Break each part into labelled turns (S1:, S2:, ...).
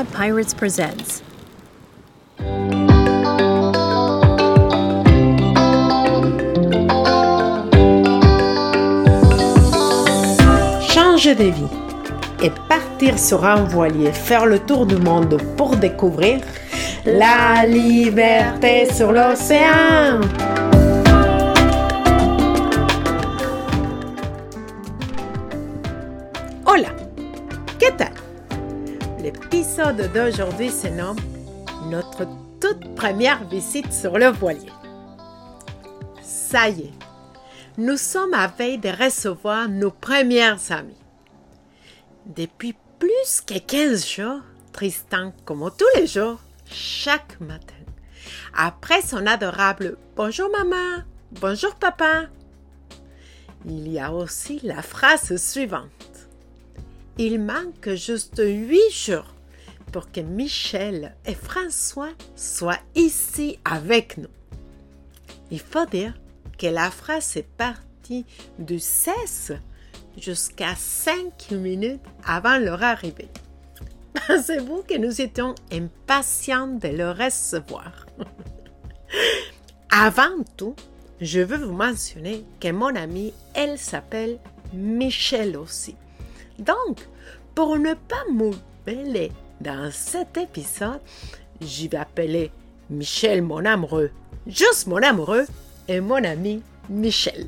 S1: Pod Pirates presents.
S2: Changer de vie et partir sur un voilier, faire le tour du monde pour découvrir la liberté sur l'océan. Hola, ¿qué tal? L'épisode d'aujourd'hui se nomme Notre toute première visite sur le voilier. Ça y est, nous sommes à veille de recevoir nos premières amies. Depuis plus que 15 jours, Tristan, comme tous les jours, chaque matin, après son adorable « Bonjour maman, bonjour papa », il y a aussi la phrase suivante. Il manque juste 8 jours pour que Michel et François soient ici avec nous. Il faut dire que la phrase est partie du 16 jusqu'à 5 minutes avant leur arrivée. Pensez-vous que nous étions impatients de le recevoir? Avant tout, je veux vous mentionner que mon amie, elle s'appelle Michel aussi. Donc, pour ne pas m'oublier dans cet épisode, je vais appeler Michel mon amoureux, juste mon amoureux, et mon ami Michel.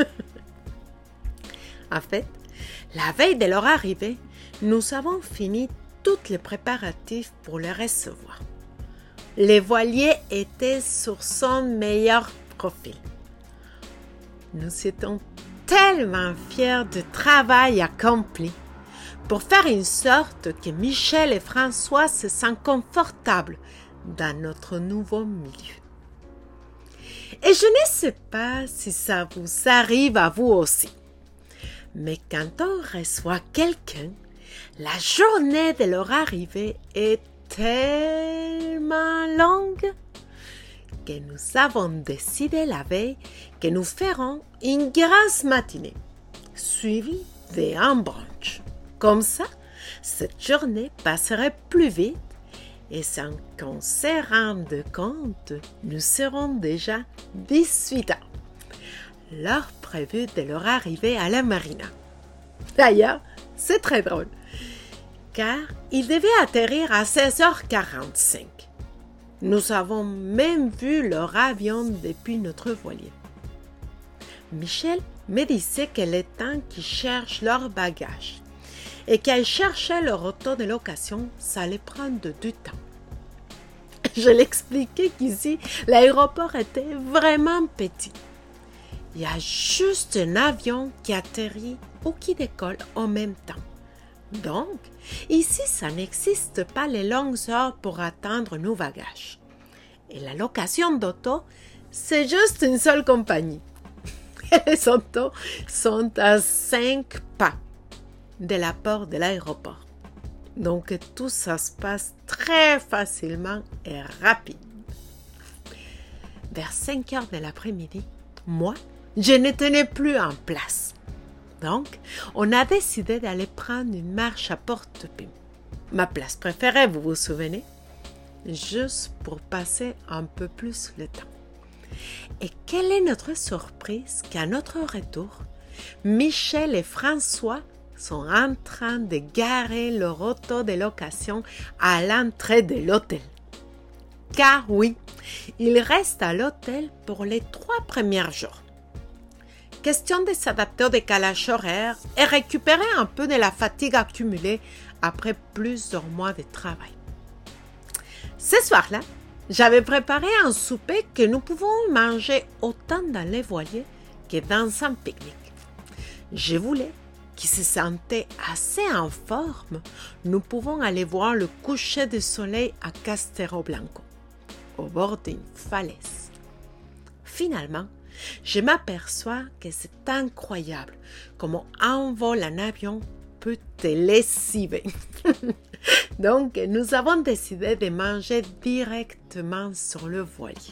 S2: En fait, la veille de leur arrivée, nous avons fini tous les préparatifs pour le recevoir. Le voilier était sur son meilleur profil. Nous étions tellement fiers du travail accompli pour faire en sorte que Michel et François se sentent confortables dans notre nouveau milieu. Et je ne sais pas si ça vous arrive à vous aussi, mais quand on reçoit quelqu'un, la journée de leur arrivée est tellement longue que nous avons décidé la veille que nous ferons une grasse matinée, suivie d'un brunch. Comme ça, cette journée passerait plus vite et sans qu'on se rende compte, nous serons déjà 18 ans. L'heure prévue de leur arrivée à la marina. D'ailleurs, c'est très drôle, car ils devaient atterrir à 16h45. Nous avons même vu leur avion depuis notre voilier. Michel me disait que le temps qu'ils cherchent leurs bagages et qu'elle cherchait leur auto de location, ça allait prendre du temps. Je l'expliquais qu'ici, l'aéroport était vraiment petit. Il y a juste un avion qui atterrit ou qui décolle en même temps. Donc, ici, ça n'existe pas les longues heures pour attendre nos bagages. Et la location d'auto, c'est juste une seule compagnie. Et les autos sont à 5 pas de la porte de l'aéroport. Donc, tout ça se passe très facilement et rapide. Vers 5 heures de l'après-midi, moi, je ne tenais plus en place. Donc, on a décidé d'aller prendre une marche à Porte-Pim. Ma place préférée, vous vous souvenez? Juste pour passer un peu plus le temps. Et quelle est notre surprise qu'à notre retour, Michel et François sont en train de garer leur auto de location à l'entrée de l'hôtel. Car oui, ils restent à l'hôtel pour les 3 premiers jours. Question de s'adapter au décalage horaire et récupérer un peu de la fatigue accumulée après plusieurs mois de travail. Ce soir-là, j'avais préparé un souper que nous pouvons manger autant dans les voiliers que dans un pique-nique. Je voulais qu'ils se sentaient assez en forme. Nous pouvons aller voir le coucher du soleil à Castelo Blanco, au bord d'une falaise. Finalement, je m'aperçois que c'est incroyable comment un vol en avion peut te lessiver. Donc, nous avons décidé de manger directement sur le voilier.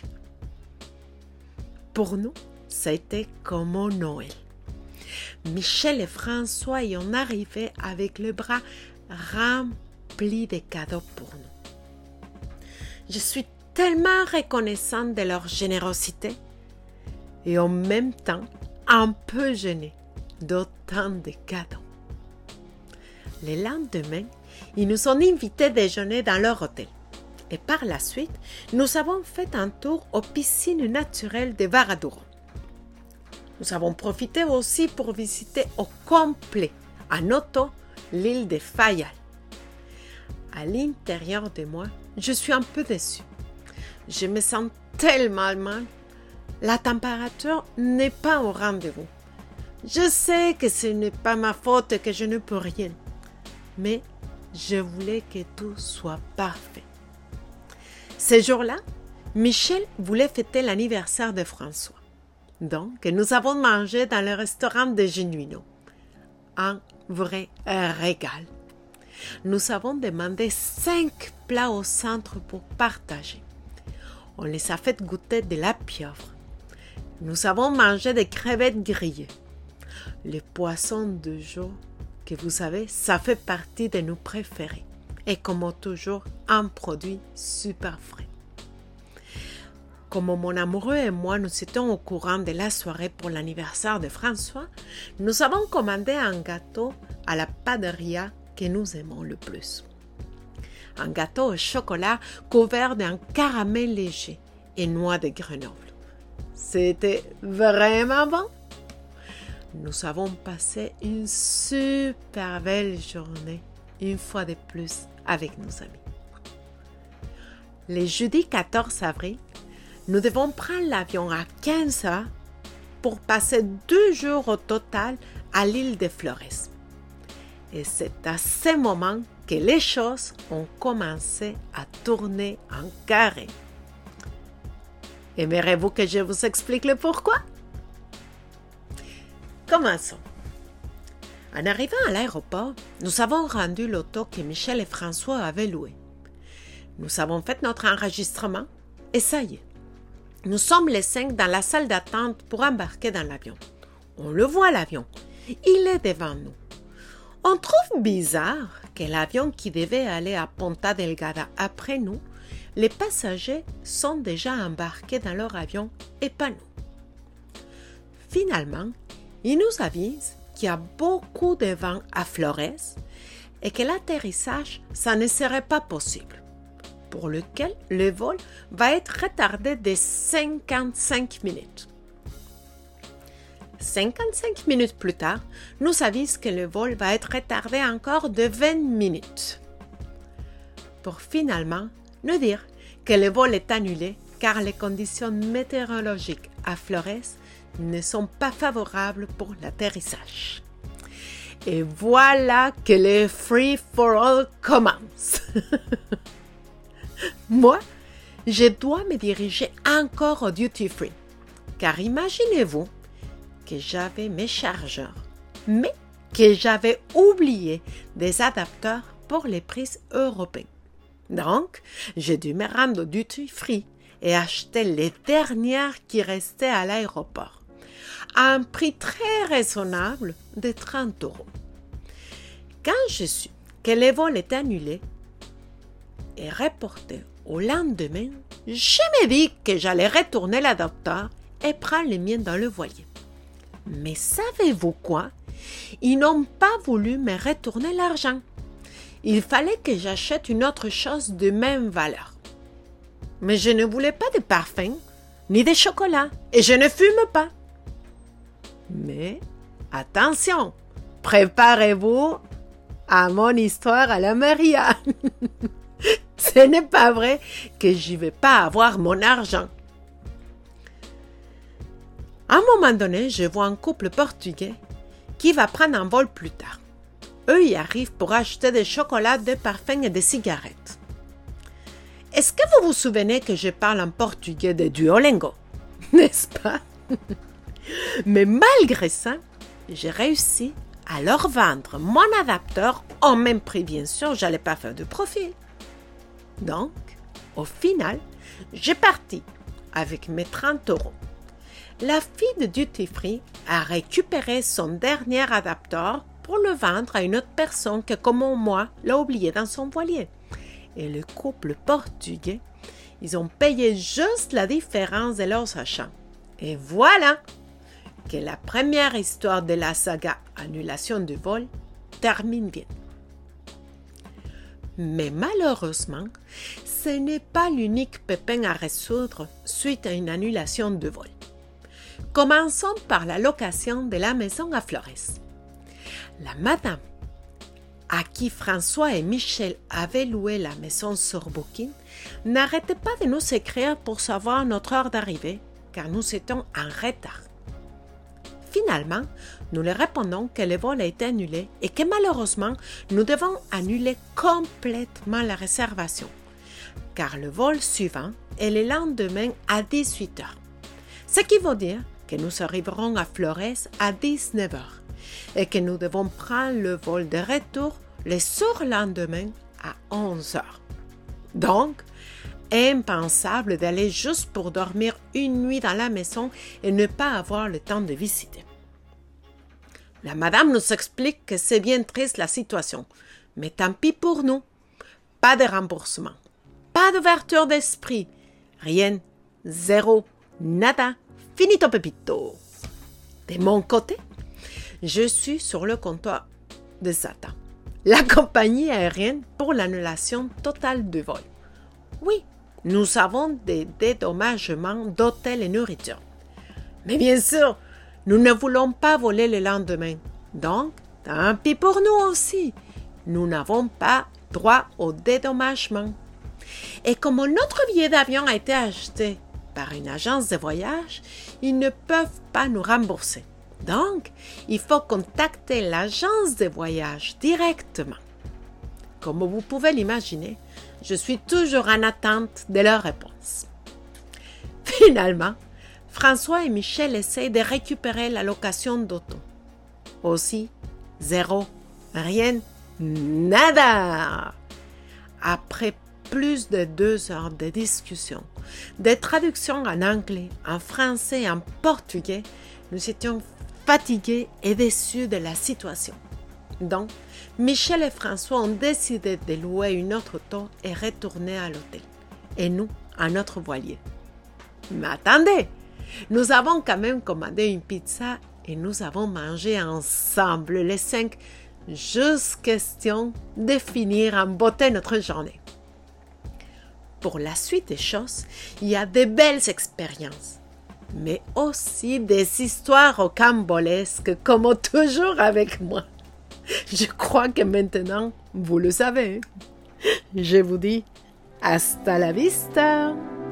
S2: Pour nous, c'était comme au Noël. Michel et François y ont arrivé avec le bras rempli remplis de cadeaux pour nous. Je suis tellement reconnaissante de leur générosité et en même temps un peu gênée d'autant de cadeaux. Le lendemain, ils nous ont invités déjeuner dans leur hôtel. Et par la suite, nous avons fait un tour aux piscines naturelles de Varadero. Nous avons profité aussi pour visiter au complet, en auto, l'île de Fayal. À l'intérieur de moi, je suis un peu déçue. Je me sens tellement mal. La température n'est pas au rendez-vous. Je sais que ce n'est pas ma faute et que je ne peux rien. Mais je voulais que tout soit parfait. Ce jour-là, Michel voulait fêter l'anniversaire de François. Donc, nous avons mangé dans le restaurant de Genuino. Un vrai régal. Nous avons demandé 5 plats au centre pour partager. On les a fait goûter de la pieuvre. Nous avons mangé des crevettes grillées. Le poisson de jour, que vous savez, ça fait partie de nos préférés. Et comme toujours, un produit super frais. Comme mon amoureux et moi, nous étions au courant de la soirée pour l'anniversaire de François, nous avons commandé un gâteau à la padaria que nous aimons le plus. Un gâteau au chocolat couvert d'un caramel léger et noix de Grenoble. C'était vraiment bon. Nous avons passé une super belle journée, une fois de plus, avec nos amis. Le jeudi 14 avril, nous devons prendre l'avion à 15 heures pour passer 2 jours au total à l'île de Flores. Et c'est à ce moment que les choses ont commencé à tourner en carré. Aimerez-vous que je vous explique le pourquoi? Commençons. En arrivant à l'aéroport, nous avons rendu l'auto que Michel et François avaient loué. Nous avons fait notre enregistrement et ça y est. Nous sommes les 5 dans la salle d'attente pour embarquer dans l'avion. On le voit l'avion. Il est devant nous. On trouve bizarre que l'avion qui devait aller à Ponta Delgada après nous, les passagers sont déjà embarqués dans leur avion et pas nous. Finalement, ils nous avisent qu'il y a beaucoup de vent à Flores et que l'atterrissage, ça ne serait pas possible, pour lequel le vol va être retardé de 55 minutes. 55 minutes plus tard, nous avisent que le vol va être retardé encore de 20 minutes. Pour finalement nous dire que le vol est annulé car les conditions météorologiques à Flores ne sont pas favorables pour l'atterrissage. Et voilà que le free for all commence. Moi, je dois me diriger encore au duty free, car imaginez-vous que j'avais mes chargeurs, mais que j'avais oublié des adapteurs pour les prises européennes. Donc, j'ai dû me rendre au duty free et acheter les dernières qui restaient à l'aéroport, à un prix très raisonnable de 30 €. Quand je su que le vol est annulé et reporté au lendemain, je me dis que j'allais retourner l'adapteur et prendre les miens dans le voilier. Mais savez-vous quoi? Ils n'ont pas voulu me retourner l'argent. Il fallait que j'achète une autre chose de même valeur. Mais je ne voulais pas de parfum, ni de chocolat, et je ne fume pas. Mais attention, préparez-vous à mon histoire à la Maria. Ce n'est pas vrai que je ne vais pas avoir mon argent. À un moment donné, je vois un couple portugais qui va prendre un vol plus tard. Eux y arrivent pour acheter des chocolats, des parfums et des cigarettes. Est-ce que vous vous souvenez que je parle en portugais de Duolingo? N'est-ce pas? Mais malgré ça, j'ai réussi à leur vendre mon adapteur au même prix, bien sûr, je n'allais pas faire de profit. Donc, au final, j'ai parti avec mes 30 €. La fille de Duty Free a récupéré son dernier adapteur pour le vendre à une autre personne qui, comme moi, l'a oublié dans son voilier. Et le couple portugais, ils ont payé juste la différence de leurs achats. Et voilà que la première histoire de la saga Annulation du vol termine bien. Mais malheureusement, ce n'est pas l'unique pépin à résoudre suite à une annulation de vol. Commençons par la location de la maison à Flores. La madame à qui François et Michel avaient loué la maison sur Booking n'arrêtait pas de nous écrire pour savoir notre heure d'arrivée, car nous étions en retard. Finalement, nous leur répondons que le vol a été annulé et que malheureusement, nous devons annuler complètement la réservation, car le vol suivant est le lendemain à 18h. Ce qui veut dire que nous arriverons à Flores à 19h et que nous devons prendre le vol de retour le surlendemain à 11h. Donc, impensable d'aller juste pour dormir une nuit dans la maison et ne pas avoir le temps de visiter. La madame nous explique que c'est bien triste la situation, mais tant pis pour nous. Pas de remboursement, pas d'ouverture d'esprit, rien, zéro, nada, finito pepito. De mon côté, je suis sur le comptoir de SATA, la compagnie aérienne pour l'annulation totale du vol. Oui, nous avons des dédommagements d'hôtel et nourriture. Mais bien sûr, nous ne voulons pas voler le lendemain. Donc, tant pis pour nous aussi. Nous n'avons pas droit au dédommagement. Et comme notre billet d'avion a été acheté par une agence de voyage, ils ne peuvent pas nous rembourser. Donc, il faut contacter l'agence de voyage directement. Comme vous pouvez l'imaginer, je suis toujours en attente de leur réponse. Finalement, François et Michel essayent de récupérer la location d'auto. Aussi, zéro, rien, nada. Après plus de 2 heures de discussion, de traductions en anglais, en français et en portugais, nous étions fatigués et déçus de la situation. Donc, Michel et François ont décidé de louer une autre auto et retourner à l'hôtel. Et nous, à notre voilier. Mais attendez, nous avons quand même commandé une pizza et nous avons mangé ensemble les 5, juste question de finir en beauté notre journée. Pour la suite des choses, il y a de belles expériences, mais aussi des histoires rocambolesques comme toujours avec moi. Je crois que maintenant, vous le savez. Je vous dis hasta la vista.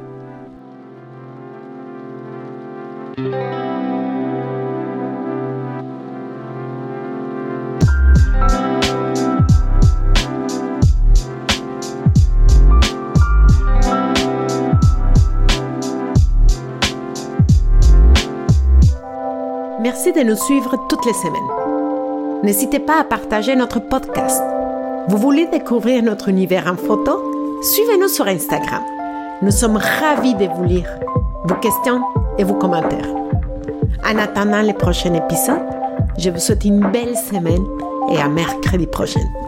S2: Merci de nous suivre toutes les semaines. N'hésitez pas à partager notre podcast. Vous voulez découvrir notre univers en photo? Suivez-nous sur Instagram. Nous sommes ravis de vous lire, vos questions et vos commentaires. En attendant le prochain épisode, je vous souhaite une belle semaine et à mercredi prochain.